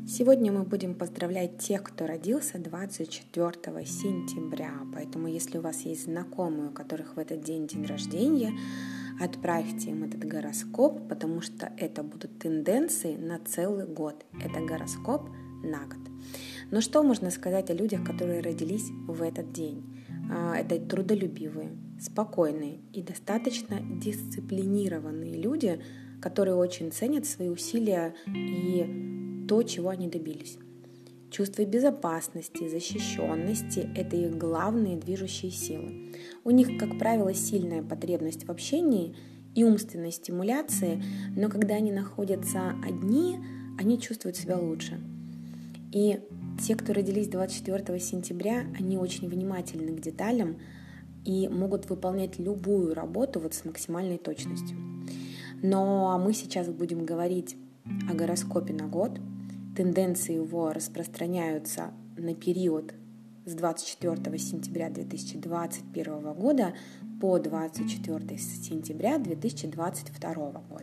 Сегодня мы будем поздравлять тех, кто родился 24 сентября. Поэтому, если у вас есть знакомые, у которых в этот день рождения, отправьте им этот гороскоп, потому что это будут тенденции на целый год. Это гороскоп на год. Но что можно сказать о людях, которые родились в этот день? Это трудолюбивые, спокойные и достаточно дисциплинированные люди, которые очень ценят свои усилия и то, чего они добились. Чувство безопасности, защищенности – это их главные движущие силы. У них, как правило, сильная потребность в общении и умственной стимуляции, но когда они находятся одни, они чувствуют себя лучше. И те, кто родились 24 сентября, они очень внимательны к деталям и могут выполнять любую работу с максимальной точностью. Но мы сейчас будем говорить о гороскопе на год. Тенденции его распространяются на период с 24 сентября 2021 года по 24 сентября 2022 года.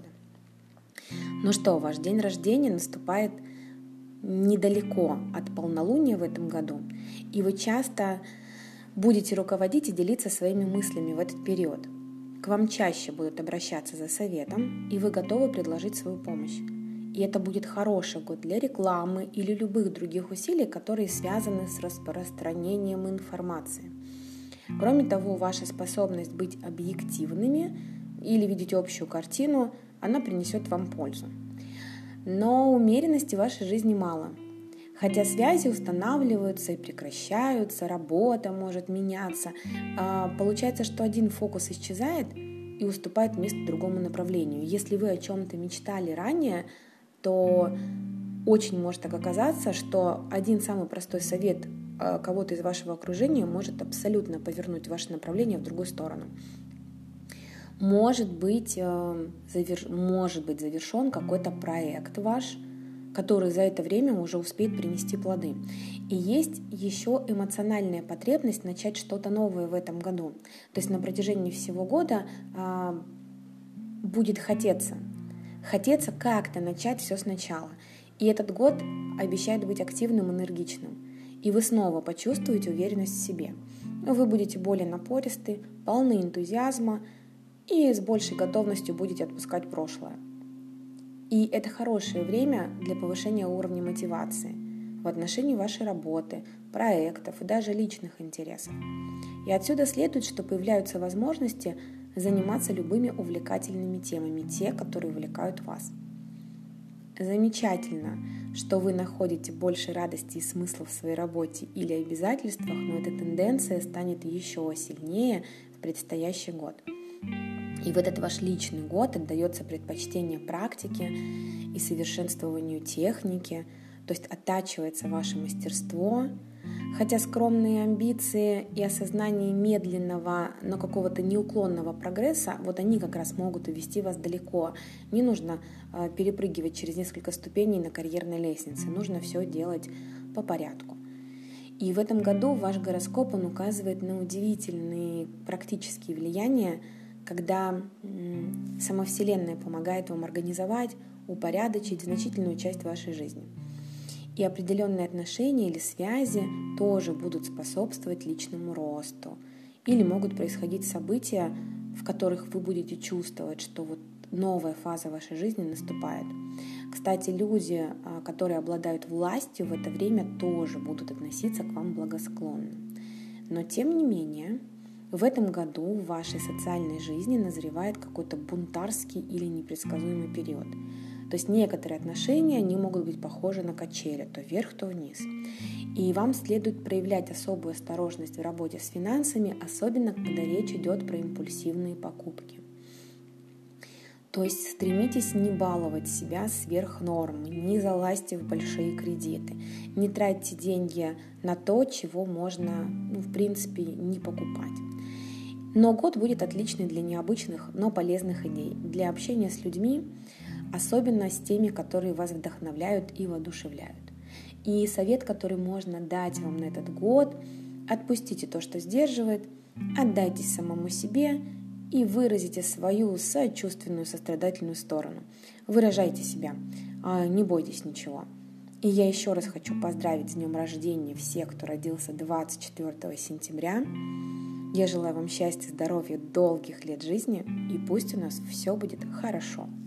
Ну что, ваш день рождения наступает недалеко от полнолуния в этом году, и вы часто будете руководить и делиться своими мыслями в этот период. К вам чаще будут обращаться за советом, и вы готовы предложить свою помощь. И это будет хороший год для рекламы или любых других усилий, которые связаны с распространением информации. Кроме того, ваша способность быть объективными или видеть общую картину, она принесет вам пользу. Но умеренности в вашей жизни мало. Хотя связи устанавливаются и прекращаются, работа может меняться, получается, что один фокус исчезает и уступает место другому направлению. Если вы о чем-то мечтали ранее, то очень может так оказаться, что один самый простой совет кого-то из вашего окружения может абсолютно повернуть ваше направление в другую сторону. Может быть завершен какой-то проект ваш, который за это время уже успеет принести плоды. И есть еще эмоциональная потребность начать что-то новое в этом году. То есть на протяжении всего года будет хотеться как-то начать все сначала. И этот год обещает быть активным, энергичным. И вы снова почувствуете уверенность в себе. Вы будете более напористы, полны энтузиазма и с большей готовностью будете отпускать прошлое. И это хорошее время для повышения уровня мотивации в отношении вашей работы, проектов и даже личных интересов. И отсюда следует, что появляются возможности заниматься любыми увлекательными темами, те, которые увлекают вас. Замечательно, что вы находите больше радости и смысла в своей работе или обязательствах, но эта тенденция станет еще сильнее в предстоящий год. И в этот ваш личный год отдается предпочтение практике и совершенствованию техники, то есть оттачивается ваше мастерство, хотя скромные амбиции и осознание медленного, но какого-то неуклонного прогресса, они как раз могут увести вас далеко. Не нужно перепрыгивать через несколько ступеней на карьерной лестнице, нужно все делать по порядку. И в этом году ваш гороскоп, он указывает на удивительные практические влияния, когда сама Вселенная помогает вам организовать, упорядочить значительную часть вашей жизни. И определенные отношения или связи тоже будут способствовать личному росту. Или могут происходить события, в которых вы будете чувствовать, что новая фаза вашей жизни наступает. Кстати, люди, которые обладают властью, в это время тоже будут относиться к вам благосклонно. Но тем не менее, в этом году в вашей социальной жизни назревает какой-то бунтарский или непредсказуемый период. То есть некоторые отношения, они могут быть похожи на качели, то вверх, то вниз. И вам следует проявлять особую осторожность в работе с финансами, особенно когда речь идет про импульсивные покупки. То есть стремитесь не баловать себя сверх нормы, не залазьте в большие кредиты, не тратьте деньги на то, чего можно, в принципе, не покупать. Но год будет отличный для необычных, но полезных идей, для общения с людьми, особенно с теми, которые вас вдохновляют и воодушевляют. И совет, который можно дать вам на этот год: отпустите то, что сдерживает, отдайтесь самому себе и выразите свою сочувственную, сострадательную сторону. Выражайте себя, не бойтесь ничего. И я еще раз хочу поздравить с днем рождения всех, кто родился 24 сентября. Я желаю вам счастья, здоровья, долгих лет жизни, и пусть у нас все будет хорошо.